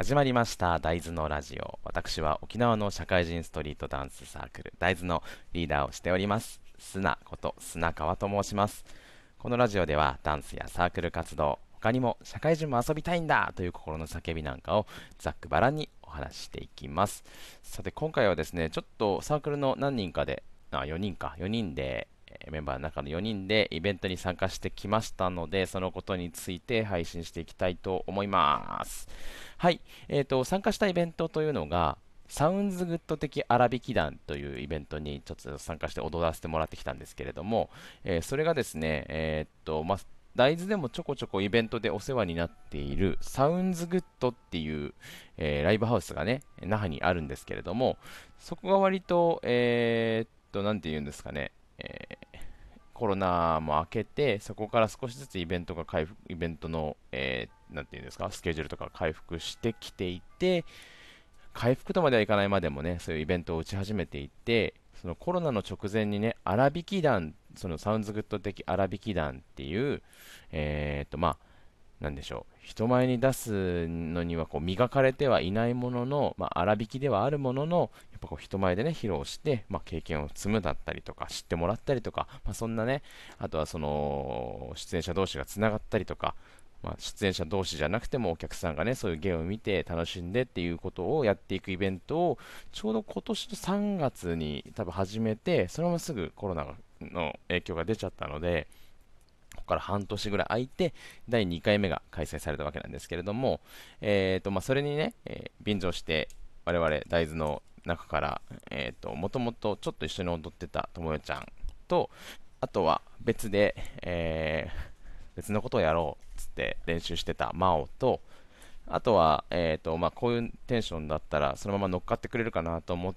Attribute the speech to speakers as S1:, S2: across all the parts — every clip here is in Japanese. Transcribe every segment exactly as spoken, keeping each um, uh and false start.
S1: 始まりました大豆のラジオ。私は沖縄の社会人ストリートダンスサークル大豆のリーダーをしております砂こと砂川と申します。このラジオではダンスやサークル活動、他にも社会人も遊びたいんだという心の叫びなんかをざっくばらんにお話ししていきます。さて今回はですね、ちょっとサークルの何人かで、あ、よにんか、よにんでえーメンバーの中のよにんでイベントに参加してきましたので、そのことについて配信していきたいと思います。はい、えーと、参加したイベントというのが、サウンズグッド的荒引き団というイベントにちょっと参加して踊らせてもらってきたんですけれども、えーそれがですね、えーっと、まあ、大豆でもちょこちょこイベントでお世話になっているサウンズグッドっていう、えーライブハウスがね、那覇にあるんですけれども、そこが割と、えーっと、なんて言うんですかね、えーコロナも明けて、そこから少しずつイベントが回復、イベントの、えーなんていうんですか、スケジュールとか回復してきていて、回復とまではいかないまでもね、そういうイベントを打ち始めていて、そのコロナの直前にね、荒引き団、そのサウンズグッド的荒引き団っていう、えーっと、まあ、なんでしょう、人前に出すのにはこう磨かれてはいないものの、まあ、粗挽きではあるものの、やっぱこう人前でね、披露して、まあ、経験を積むだったりとか、知ってもらったりとか、まあ、そんなね、あとはその、出演者同士がつながったりとか、まあ、出演者同士じゃなくてもお客さんがね、そういう芸を見て楽しんでっていうことをやっていくイベントを、ちょうど今年のさんがつに多分始めて、そのまますぐコロナの影響が出ちゃったので、ここから半年ぐらい空いて、だいにかいめが開催されたわけなんですけれども、えーとまあ、それにね、えー便乗して、我々大豆の中から、えーと、もともとちょっと一緒に踊ってたともよちゃんと、あとは別で、えー別のことをやろうっつって練習してた真央と、あとは、えーとまあ、こういうテンションだったらそのまま乗っかってくれるかなと思って、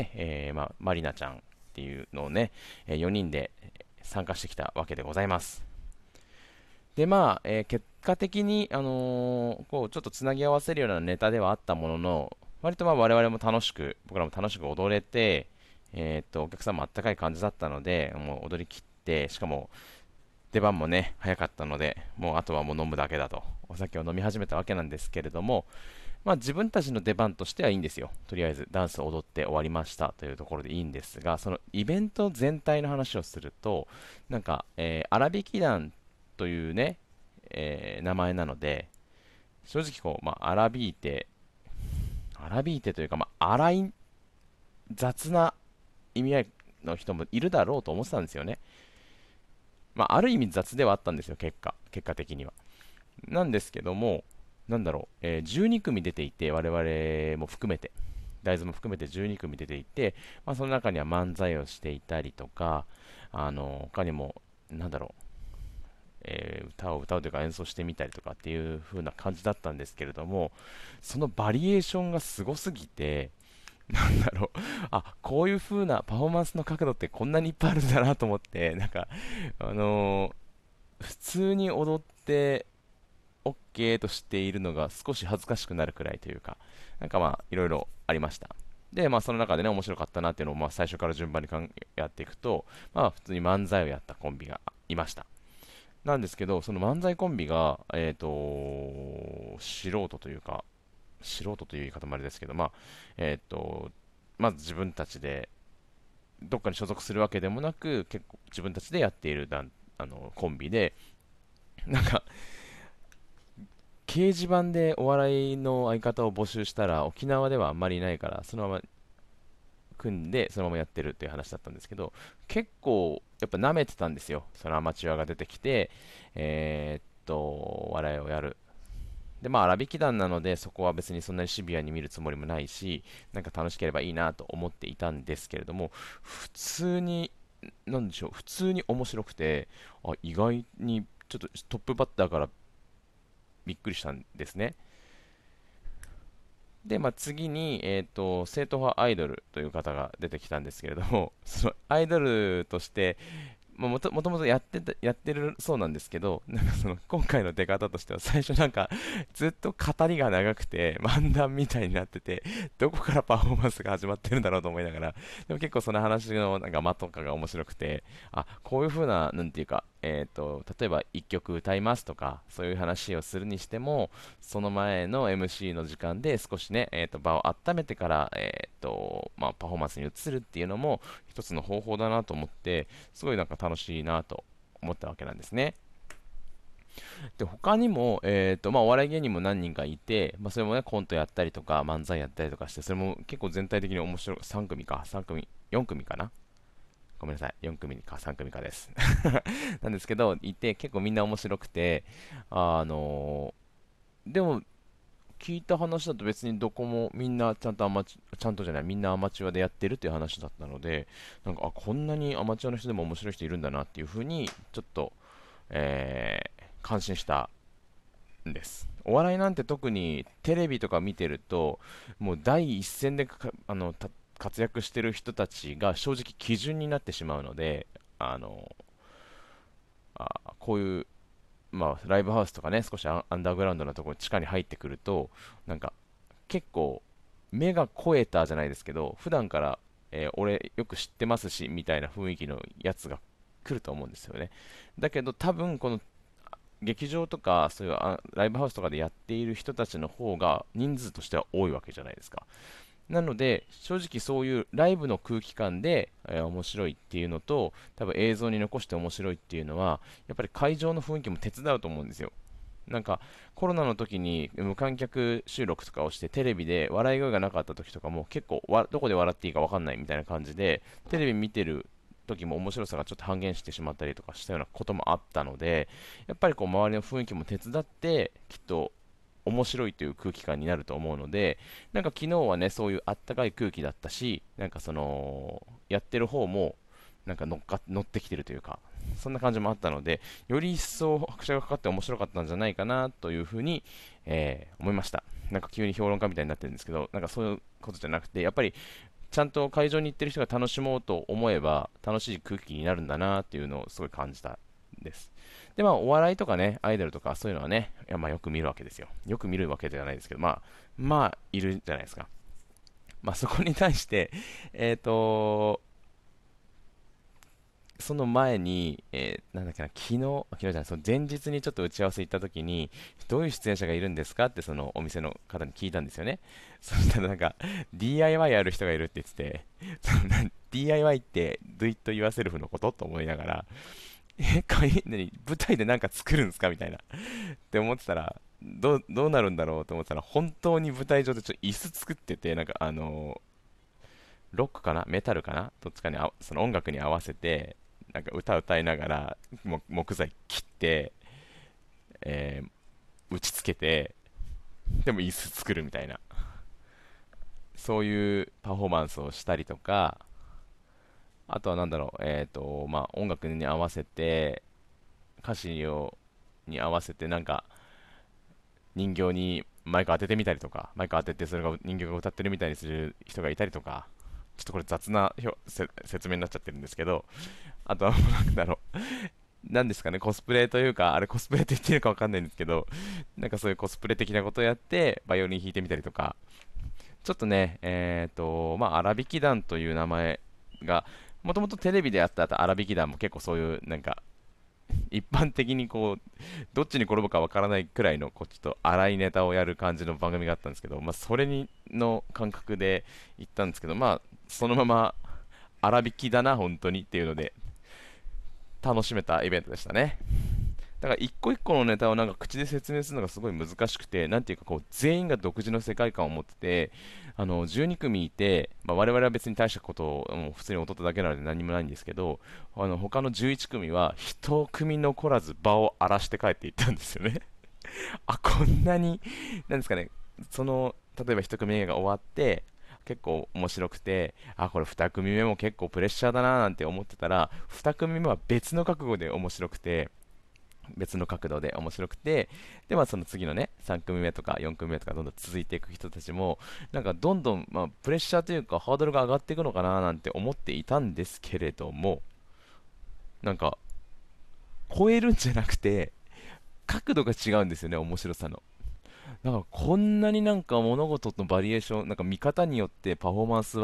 S1: えーまあ、マリナちゃんっていうのをね、えーよにんで参加してきたわけでございます。で、まあ、えー結果的に、あのーこう、ちょっとつなぎ合わせるようなネタではあったものの、割とまあ我々も楽しく、僕らも楽しく踊れて、えーっと、お客さんもあったかい感じだったので、もう踊り切って、しかも出番もね、早かったので、もうあとはもう飲むだけだと、お酒を飲み始めたわけなんですけれども、まあ自分たちの出番としてはいいんですよ。とりあえずダンスを踊って終わりましたというところでいいんですが、そのイベント全体の話をすると、なんか、えー、荒引き団というね、えー名前なので、正直こう、まあ、荒引いて、荒引いてというか、まあ、荒い雑な意味合いの人もいるだろうと思ってたんですよね。まあ、ある意味雑ではあったんですよ、結果、結果的には。なんですけども、なんだろう、えーじゅうに組出ていて、我々も含めて、大豆も含めてじゅうに組出ていて、まあ、その中には漫才をしていたりとか、あの他にも、なんだろう、えー歌を歌うというか演奏してみたりとかっていう風な感じだったんですけれども、そのバリエーションがすごすぎて、なんだろう、あ、こういう風なパフォーマンスの角度ってこんなにいっぱいあるんだなと思って、なんか、あのー普通に踊って OK としているのが少し恥ずかしくなるくらいというか、なんかまあ、いろいろありました。で、まあ、その中でね、面白かったなっていうのを、まあ、最初から順番にかんやっていくと、まあ、普通に漫才をやったコンビがいました。なんですけど、その漫才コンビが、えっと、素人というか、素人という言い方もあれですけど、まあ、えっと、まず自分たちで、どっかに所属するわけでもなく、結構自分たちでやっている団あのコンビで、なんか、掲示板でお笑いの相方を募集したら、沖縄ではあんまりいないから、そのまま組んで、そのままやってるっていう話だったんですけど、結構、やっぱ舐めてたんですよ。そのアマチュアが出てきて、えーっと、お笑いをやる。で、まあ、荒引き団なので、そこは別にそんなにシビアに見るつもりもないし、なんか楽しければいいなと思っていたんですけれども、普通に、なんでしょう、普通に面白くて、あ、意外にちょっとトップバッターからびっくりしたんですね。で、まあ、次に、えーと、正統派アイドルという方が出てきたんですけれども、そのアイドルとして、まあ、もともともとやってた、やってるそうなんですけど、なんかその今回の出方としては最初なんかずっと語りが長くて漫談みたいになってて、どこからパフォーマンスが始まってるんだろうと思いながら、でも結構その話のなんか間とかが面白くて、あ、こういう風な、なんていうか、 えーと、例えばいっきょく歌いますとか、そういう話をするにしても、その前の エムシー の時間で少しね、えーと、場を温めてから、えーと、まあ、パフォーマンスに移るっていうのも一つの方法だなと思って、すごいなんか楽しいなと思ったわけなんですね。で、他にも、えーと、まあ、お笑い芸人も何人かいて、まあ、それもね、コントやったりとか、漫才やったりとかして、それも結構全体的に面白い、さん組か、さん組、よん組かな、ごめんなさい、よん組かさん組かです。なんですけど、いて、結構みんな面白くて、あのーでも、聞いた話だと別にどこもみんなちゃんとアマチュちゃんとじゃない、みんなアマチュアでやってるっていう話だったので、なんか、あ、こんなにアマチュアの人でも面白い人いるんだなっていうふうに、ちょっと、えー感心したんです。お笑いなんて特にテレビとか見てると、もう第一線でかあのた活躍してる人たちが正直基準になってしまうので、あのあこういう、まあ、ライブハウスとかね、少しアンアンダーグラウンドなところ、地下に入ってくると、なんか結構、目が肥えたじゃないですけど、普段から、えー俺よく知ってますしみたいな雰囲気のやつが来ると思うんですよね。だけど、多分この劇場とかそういうあライブハウスとかでやっている人たちの方が人数としては多いわけじゃないですか。なので正直そういうライブの空気感で、えー面白いっていうのと多分映像に残して面白いっていうのはやっぱり会場の雰囲気も手伝うと思うんですよ。なんかコロナの時に無観客収録とかをしてテレビで笑い声がなかった時とかも結構わどこで笑っていいか分かんないみたいな感じでテレビ見てる時も面白さがちょっと半減してしまったりとかしたようなこともあったので、やっぱりこう周りの雰囲気も手伝ってきっと面白いという空気感になると思うので、なんか昨日はねそういうあったかい空気だったし、なんかそのやってる方もなんか乗っか乗ってきてるというか、そんな感じもあったので、より一層拍車がかかって面白かったんじゃないかなというふうに、えー思いました。なんか急に評論家みたいになってるんですけど、なんかそういうことじゃなくて、やっぱりちゃんと会場に行ってる人が楽しもうと思えば楽しい空気になるんだなっていうのをすごい感じたんです。で、まあ、お笑いとかね、アイドルとかそういうのはね、いやまあよく見るわけですよ。よく見るわけではないですけど、まあ、まあ、いるじゃないですか。まあ、そこに対して、えっと、その前に、えーなんだっけな、昨日、昨日じゃない、その前日にちょっと打ち合わせ行った時に、どういう出演者がいるんですかってそのお店の方に聞いたんですよね。そしたらなんか、ディーアイワイ やる人がいるって言ってて、そのな ディーアイワイ って Do It Yourself のことと思いながら、え、かい、何、舞台でなんか作るんですかみたいな。って思ってたら、どう、どうなるんだろうと思ってたら、本当に舞台上でちょっと椅子作ってて、なんかあのーロックかなメタルかなどっちかにあその音楽に合わせて、なんか歌歌いながらも木材切って、えー打ち付けて、でも椅子作るみたいな、そういうパフォーマンスをしたりとか、あとはなんだろう、えっと、まあ、音楽に合わせて、歌詞をに合わせて、なんか人形にマイク当ててみたりとか、マイク当ててそれが人形が歌ってるみたいにする人がいたりとか、ちょっとこれ雑な表せ説明になっちゃってるんですけど、あとはもうなんだろう、なんですかね、コスプレというか、あれコスプレって言っていいのかわかんないんですけど、なんかそういうコスプレ的なことをやって、バイオリン弾いてみたりとか、ちょっとね、えっと、まあ、荒引き団という名前が、もともとテレビでやった荒引き団も結構そういう、なんか、一般的にこう、どっちに転ぶかわからないくらいの、こう、ちょっと荒いネタをやる感じの番組があったんですけど、まあ、それにの感覚で行ったんですけど、まあ、そのまま、荒引きだな、本当にっていうので、楽しめたイベントでしたね。だから一個一個のネタをなんか口で説明するのがすごい難しくて、なんていうかこう全員が独自の世界観を持ってて、あのじゅうに組いて、まあ、我々は別に大したことをもう普通に踊っただけなので何もないんですけど、あの他のじゅういち組は一組残らず場を荒らして帰っていったんですよね。あ、こんなに、なんですかね、その例えば一組目が終わって、結構面白くて、あ、これに組目も結構プレッシャーだななんて思ってたら、に組目は別の覚悟で面白くて、別の角度で面白くて、で、まあ、その次のね、さん組目とかよん組目とかどんどん続いていく人たちも、なんかどんどん、まあ、プレッシャーというかハードルが上がっていくのかななんて思っていたんですけれども、なんか超えるんじゃなくて、角度が違うんですよね、面白さの。なんかこんなになんか物事のバリエーション、なんか見方によってパフォーマンスは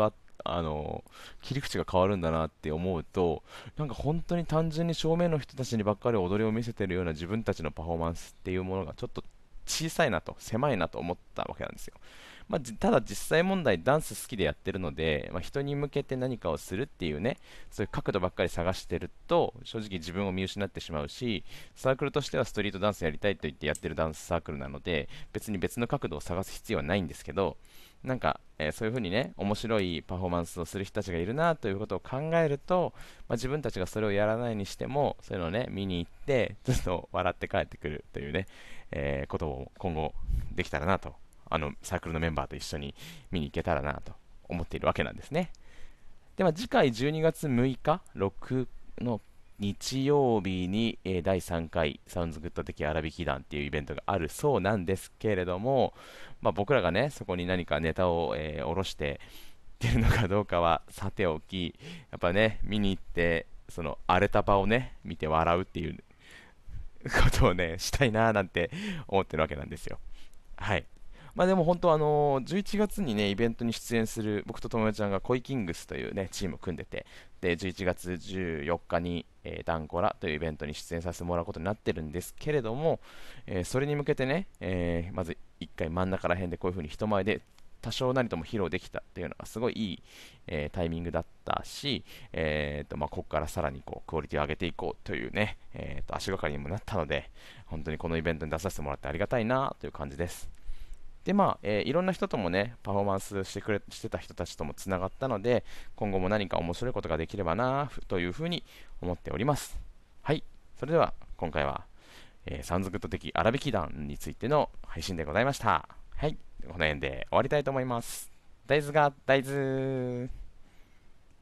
S1: あの切り口が変わるんだなって思うと、なんか本当に単純に正面の人たちにばっかり踊りを見せてるような自分たちのパフォーマンスっていうものがちょっと小さいなと、狭いなと思ったわけなんですよ。まあ、じただ実際問題ダンス好きでやってるので、まあ、人に向けて何かをするっていうね、そういう角度ばっかり探してると正直自分を見失ってしまうし、サークルとしてはストリートダンスやりたいと言ってやってるダンスサークルなので、別に別の角度を探す必要はないんですけど、なんか、えーそういう風にね、面白いパフォーマンスをする人たちがいるなということを考えると、まあ、自分たちがそれをやらないにしても、そういうのをね、見に行って、ちょっと笑って帰ってくるというね、えーことを今後できたらなと、あのサークルのメンバーと一緒に見に行けたらなと思っているわけなんですね。では次回じゅうにがつむいか、ろくの日曜日に、えーだいさんかいサウンズグッド的荒引き団っていうイベントがあるそうなんですけれども、まあ、僕らがね、そこに何かネタを、えー下ろして出るのかどうかはさておき、やっぱね、見に行って、その荒れた場をね、見て笑うっていうことをね、したいなーなんて思ってるわけなんですよ。はい。まあでも本当あのーじゅういちがつにね、イベントに出演する僕と友達ちゃんがコイキングスというね、チームを組んでて、で、じゅういちがつじゅうよっかに、えーダンコラというイベントに出演させてもらうことになってるんですけれども、えーそれに向けてね、えーまずいっかい真ん中ら辺でこういう風に人前で多少なりとも披露できたっていうのがすごいいい、えータイミングだったし、えーとまあ、ここからさらにこうクオリティを上げていこうというね、えーと足がかりにもなったので、本当にこのイベントに出させてもらってありがたいなという感じです。でまあ、えーいろんな人ともね、パフォーマンスしてくれしてた人たちともつながったので、今後も何か面白いことができればなふというふうに思っております。はい、それでは今回は、えーサウンズグッド的荒引き団についての配信でございました。はい、この辺で終わりたいと思います。大豆が大豆